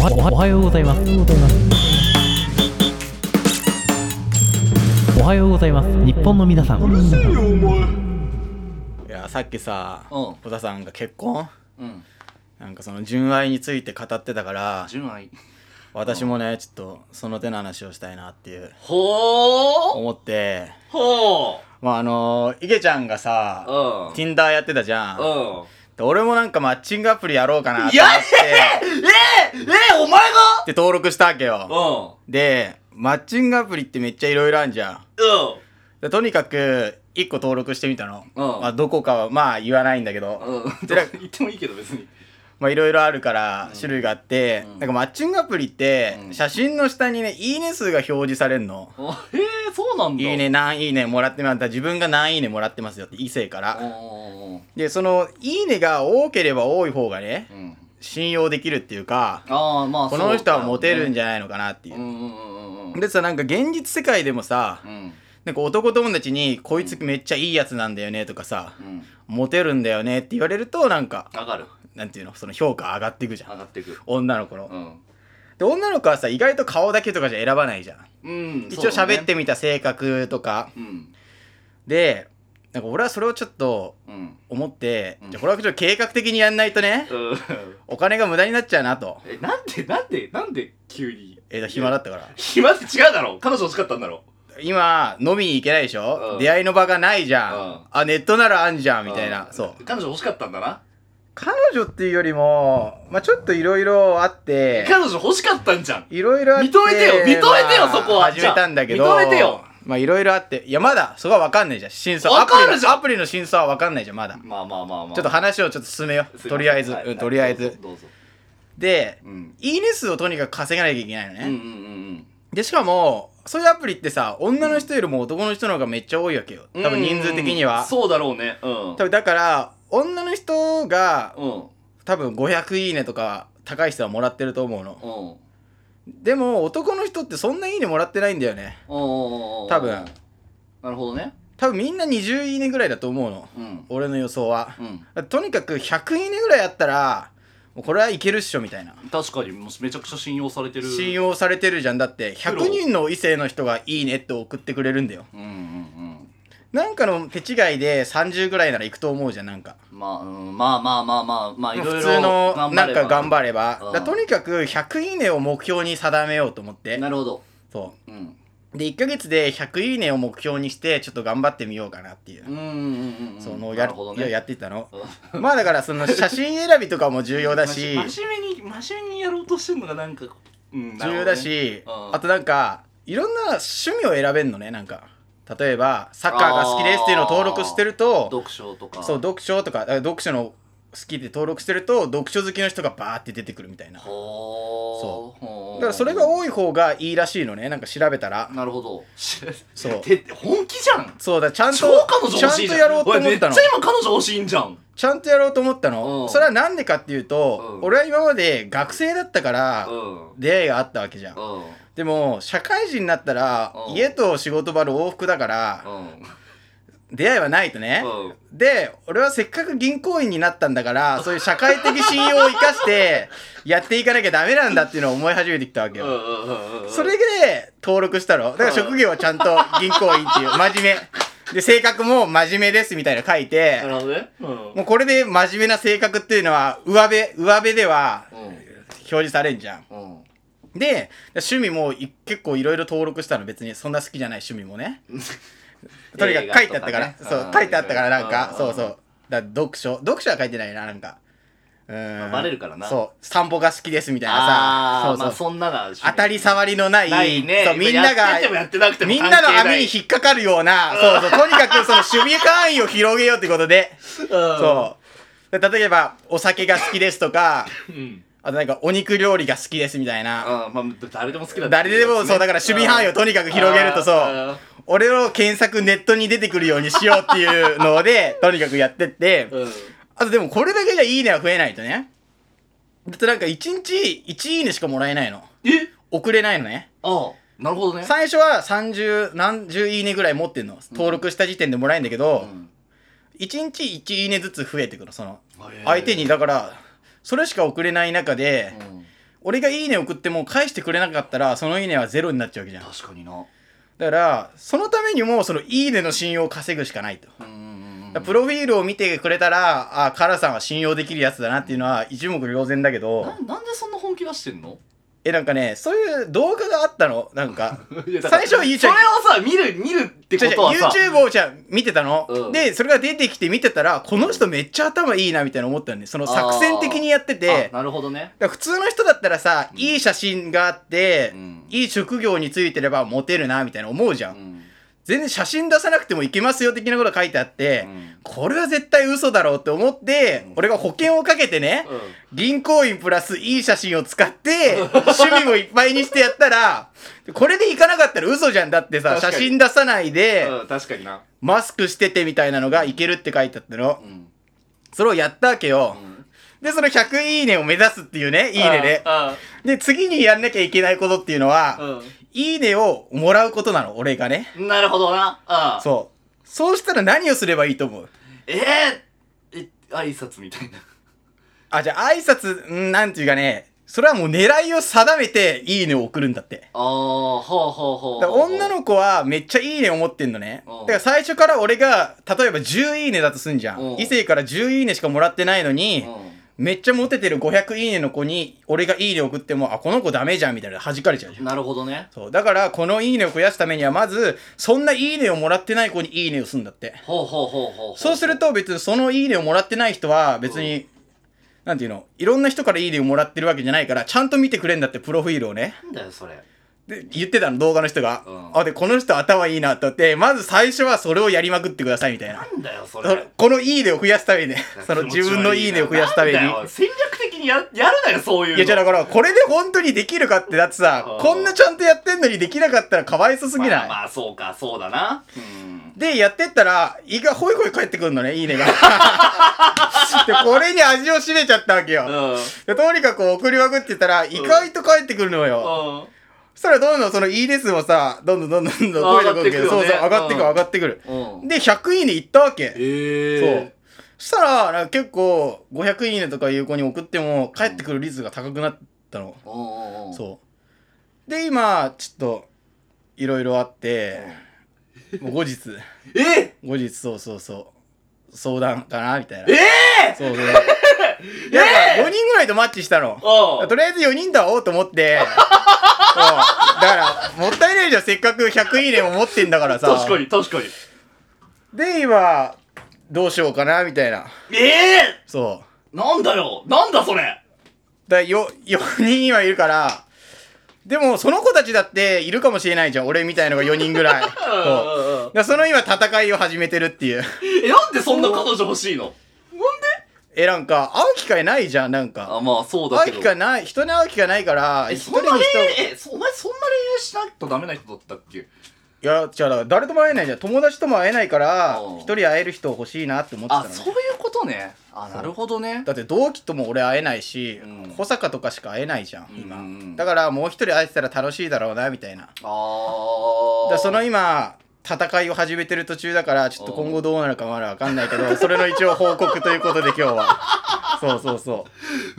おはようございます。おはようございます。日本の皆さん。 うるせえよお前。 いやさっきさ、 うん小田さんが結婚うんなんかその純愛について語ってたから純愛私もねちょっとその手の話をしたいなっていうほー思ってほまあ池ちゃんがさーうん Tinder やってたじゃんうんで俺もなんかマッチングアプリやろうかなっていや思ってお前がで登録したわけうんよでマッチングアプリってめっちゃいろいろあんじゃんでとにかく1個登録してみたの、 うんまあ、どこかはまあ言わないんだけど、 うんでなんか言ってもいいけど別にまあいろいろあるから種類があって、 うんなんかマッチングアプリってうん写真の下にねいいね数が表示されるの、 そうなんだいいね何いいねもらってもらったら自分が何いいねもらってますよって異性からでそのいいねが多ければ多い方がねうん信用できるっていうかああまあこの人はモテるんゃじゃないのかなっていう、 うんでさなんか現実世界でもさうんなんか男友達にこいつめっちゃいいやつなんだよねとかさうんモテるんだよねって言われるとなんか上がるなんていうのその評価上がっていくじゃん上がっていく女の子の、 うんで女の子はさ意外と顔だけとかじゃ選ばないじゃんうん一応喋ってみた性格とかうんでなんか俺はそれをちょっとうん思って、 うんじゃあこれはちょっと計画的にやんないとねお金が無駄になっちゃうなとなんで急に暇だったから暇って違うだろ彼女欲しかったんだろ今飲みに行けないでしょ、 うん出会いの場がないじゃん、 うんあネットならあんじゃんみたいな、そう彼女欲しかったんだな彼女っていうよりもまあちょっといろいろあって彼女欲しかったんじゃんいろいろあって認めてよまあそこは始めたんだけどじゃあ認めてよまあいろいろあっていやまだそこは分かんないじゃん真相わかるじゃんアプリの真相は分かんないじゃんまだまあちょっと話をちょっと進めようとりあえず、とりあえずどうぞで、 うんいいね数をとにかく稼がなきゃいけないのね、 うんでしかもそういうアプリってさ女の人よりも男の人の方がめっちゃ多いわけよ多分人数的には、 そうだろうね多分だから女の人がうん多分500いいねとか高い人はもらってると思うのうんでも男の人ってそんないいねもらってないんだよね多分なるほどね多分みんな20いいねぐらいだと思うのうん俺の予想はうんとにかく100いいねぐらいあったらもうこれはいけるっしょみたいな確かにもうめちゃくちゃ信用されてる信用されてるじゃんだって100人の異性の人がいいねって送ってくれるんだようんなんかの手違いで30ぐらいなら行くと思うじゃんなんかまあいろいろ普通のなんか頑張ればうんだとにかく100いいねを目標に定めようと思ってなるほどそうんうで1ヶ月で100いいねを目標にしてちょっと頑張ってみようかなっていうそのなるほどねやってたのまあだからその写真選びとかも重要だし真面目にやろうとしてんのがなんか重要だしうんあとなんかいろんな趣味を選べんのねなんか例えばサッカーが好きですっていうのを登録してると読書とかそう読書とか読書の好きで登録してると読書好きの人がバーって出てくるみたいなだからそれが多い方がいいらしいのねなんか調べたらなるほどそう本気じゃんそうだちゃんと超彼女欲しいじゃんやろうと思ったのめっちゃ今彼女欲しいんじゃんちゃんとやろうと思ったの、 うんそれはなんでかっていうと、俺は今まで学生だったから出会いがあったわけじゃん、でも社会人になったら、家と仕事場の往復だから、出会いはないとね、で俺はせっかく銀行員になったんだからそういう社会的信用を生かしてやっていかなきゃダメなんだっていうのを思い始めてきたわけよ、それで登録したのだから職業はちゃんと銀行員っていう真面目で性格も真面目ですみたいなの書いてなるほどねもうこれで真面目な性格っていうのは上辺では表示されんじゃん、で趣味も結構いろいろ登録したの別にそんな好きじゃない趣味もねとにかく書いてあったから、そう書いてあったからなんかそうだ読書は書いてないななんかバレるからなそう散歩が好きですみたいなさそんなの当たり障りのないそうみんながやってなくてもみんなの網に引っかかるようなとにかくその守備範囲を広げようってことでそう例えばお酒が好きですとかあとなんかお肉料理が好きですみたいな誰でも好きだ誰でもそうだから守備範囲をとにかく広げるとそう俺を検索ネットに出てくるようにしようっていうのでとにかくやってってあとでもこれだけじゃいいねは増えないとねだってなんか1日1いいねしかもらえないの送れないのねなるほどね最初は何十いいねぐらい持ってんの登録した時点でもらえるんだけど1日1いいねずつ増えてくのその相手にだからそれしか送れない中で俺がいいね送っても返してくれなかったらそのいいねはゼロになっちゃうわけじゃん。 確かにな。 だからそのためにもそのいいねの信用を稼ぐしかないと。プロフィールを見てくれたら、あ、カラさんは信用できるやつだなっていうのは一目瞭然だけど、 なんでそんな本気出してんの？ なんかね、そういう動画があったの。なんか最初は YouTube それをさ見るってことはさ YouTube をじゃあ見てたの、 うん、 でそれが出てきて見てたらこの人めっちゃ頭いいなみたいな思ったんで、その作戦的にやってて。 なるほどね。 だから普通の人だったらさ、いい写真があって、いい職業についてればモテるなみたいな思うじゃん、全然写真出さなくてもいけますよ的なこと書いてあって、これは絶対嘘だろうって思って、俺が保険をかけてね、銀行員プラスいい写真を使って趣味もいっぱいにしてやったらこれでいかなかったら嘘じゃん。だってさ、写真出さないで、 確かにな、 マスクしててみたいなのがいけるって書いてあったの、それをやったわけよ、でその100いいねを目指すっていうね、いいねでで次にやんなきゃいけないことっていうのは、いいねをもらうことなの、俺がね。 なるほどな。 そうしたら何をすればいいと思う？ 挨拶みたいな。 あ、じゃあ挨拶、なんていうかね、それはもう狙いを定めていいねを送るんだって。 ほう。 だから女の子はめっちゃいいねを持ってんのね。だから最初から俺が例えば10いいねだとすんじゃん。異性から10いいねしかもらってないのに、めっちゃモテてる500いいねの子に俺がいいね送っても、あ、この子ダメじゃんみたいな弾かれちゃうじゃん。 なるほどね。 そうだからこのいいねを増やすためにはまずそんないいねをもらってない子にいいねをするんだって。そうすると別にそのいいねをもらってない人は別に、なんていうの、いろんな人からいいねをもらってるわけじゃないから、ちゃんと見てくれんだって、プロフィールをね。 なんだよそれ。 で言ってたの、動画の人が、でこの人頭いいなって言って、まず最初はそれをやりまくってくださいみたいな。 なんだよそれ。 このいいねを増やすためにね、その自分のいいねを増やすために。 戦略的にやるなよそういうの。 いやじゃあだからこれで本当にできるかって、だってさ、こんなちゃんとやってんのにできなかったらかわいそすぎない？ まあそうか、そうだな。 でやってったら胃がホイホイ返ってくるのね、いいねが。でこれに味を占めちゃったわけよ。でとにかく送りまくってたら意外と返ってくるのよ。そしたらどんどんそのいいね数もさ、どんどん増えてくるけど、そうそう上がってくる。で100いいねいったわけ。そう。そしたらなんか結構500いいねとかいう子に送っても返ってくる率が高くなったの。そう。で今ちょっといろいろあって、もう後日そう相談かなみたいな。そういや4人ぐらいとマッチしたの。とりあえず4人と会おうと思って。だからもったいないじゃん、せっかく100いいねも持ってんだからさ。 確かに。 で今どうしようかなみたいな。そうなんだよ、なんだそれ。 4人今いるから、でもその子たちだっているかもしれないじゃん、俺みたいのが4人ぐらい。その今戦いを始めてるっていう。 なんでそんな彼女欲しいの？ なんか会う機会ないじゃん、なんか。 まあそうだけど。 会う機会ない、人に会う機会ないから、 お前そんな恋愛しないとダメな人だったっけ？ いや、じゃあ誰とも会えないじゃん。友達とも会えないから一人会える人欲しいなって思ってたのね。 そういうことね。なるほどね。 だって同期とも俺会えないし、保坂とかしか会えないじゃん今。だからもう一人会えてたら楽しいだろうなみたいな。その今戦いを始めてる途中だから、ちょっと今後どうなるかまだわかんないけど、それの一応報告ということで今日は。そう。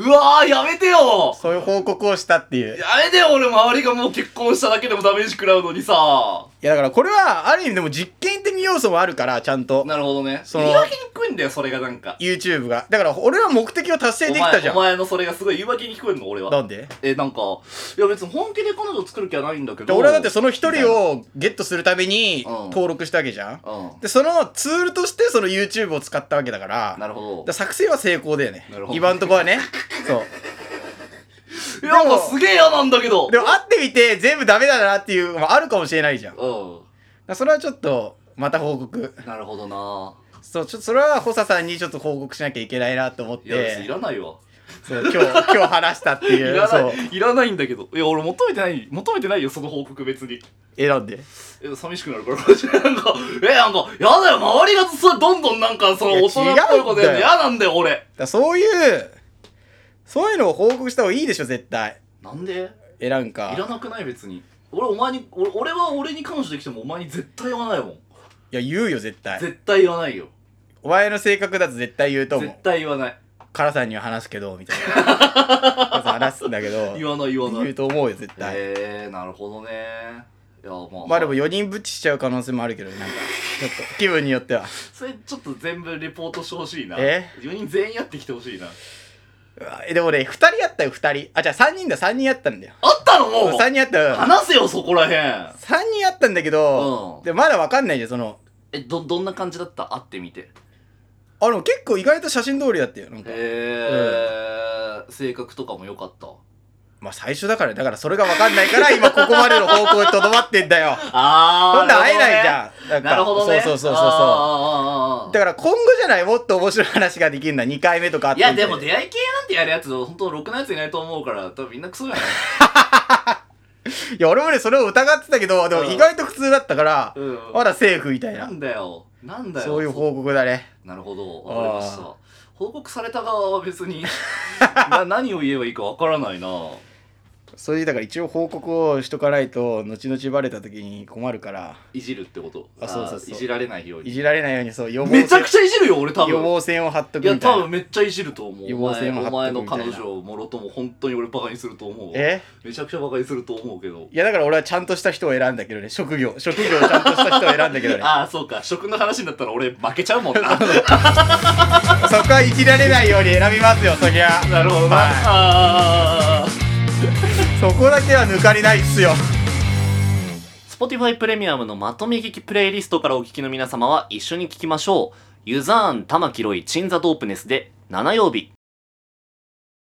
うわー、やめてよ。 そういう報告をしたっていう。 やめてよ、俺周りがもう結婚しただけでもダメージ食らうのにさ。 いやだからこれはある意味でも実験的要素もあるから、ちゃんと。 なるほどね。言い訳にくいんだよ、それがなんか。 YouTube が。だから俺は目的を達成できたじゃん。 お前のそれがすごい言い訳に聞こえるの、俺は。 なんで？ なんか、いや別に本気で彼女作る気はないんだけど。 俺はだってその一人をゲットするために登録したわけじゃん。で、そのツールとしてその YouTube を使ったわけだから。 なるほど。作戦は成功だよね。今んとこはね。そう。 なんかすげえ嫌なんだけど。 でも会ってみて全部ダメだなっていうのもあるかもしれないじゃん。それはちょっとまた報告。 なるほどな。 そう、それは補佐さんにちょっと報告しなきゃいけないなと思って。 いや、いらないわ。 そう今日話したっていう。 いらないんだけど。いや俺求めてないよ、その報告別に。 なんで？ 寂しくなるから。なんかやだよ、周りがどんどんなんかその大人っぽいことやるの嫌なんだよ俺。 そういうのを報告した方がいいでしょ絶対。 なんで？ なんかいらなくない別に。俺は俺に彼女できてもお前に絶対言わないもん。いや言うよ絶対。 絶対言わないよ。 お前の性格だと絶対言うと思う。 絶対言わない。 カラさんには話すけどみたいな。カラさん話すんだけど言わない言うと思うよ絶対。 なるほどね。いやまあでも4人ぶっちしちゃう可能性もあるけど、なんかちょっと気分によっては。 それちょっと全部レポートしてほしいな。 4 人全員やってきてほしいな。 でもね、2人やったよ、2人。あ、じゃあ3人だ、3人やったんだよ。 あったのもう 3人やったよ。 話せよ、そこらへん。 3人やったんだけど、でまだわかんないじゃん、その。 どんな感じだった？会ってみて。 でも結構意外と写真通りだったよ、なんか。 性格とかも良かった。 まあ最初だから、だからそれがわかんないから今ここまでの方向にとどまってんだよ。そんな会えないじゃん。 なるほどね。 そう。だから今後じゃない、もっと面白い話ができるんだ、2回目とかあって。 いやでも出会い系なんてやるやつ、ほんとろくなやついないと思うから、多分みんなクソじゃない。 いや俺もね、それを疑ってたけど、でも意外と普通だったから、まだセーフみたいな。 なんだよ。 そういう報告だね。 なるほど、わかりました。報告された側は別に何を言えばいいかわからないな。 そういうだから一応報告をしとかないと後々バレた時に困るから。 いじるってこと？ そういじられないように。 いじられないように、そう予防めちゃくちゃいじるよ俺多分。 予防線を張っとくみたいな。 いや多分めっちゃいじると思う。 予防線を張っとくみたいな。 お前の彼女をもろとも本当に俺バカにすると思う。めちゃくちゃバカにすると思うけど。 いやだから俺はちゃんとした人を選んだけどね。職業をちゃんとした人を選んだけどね。 ああそうか、職の話になったら俺負けちゃうもんな。 そこはいじられないように選びますよ、そりゃ。 なるほどな。 そこだけは抜かりないっすよ。 Spotify プレミアムのまとめ聞きプレイリストからお聞きの皆様は一緒に聞きましょう。ユザーン玉木ロイチンザドープネスで7曜日。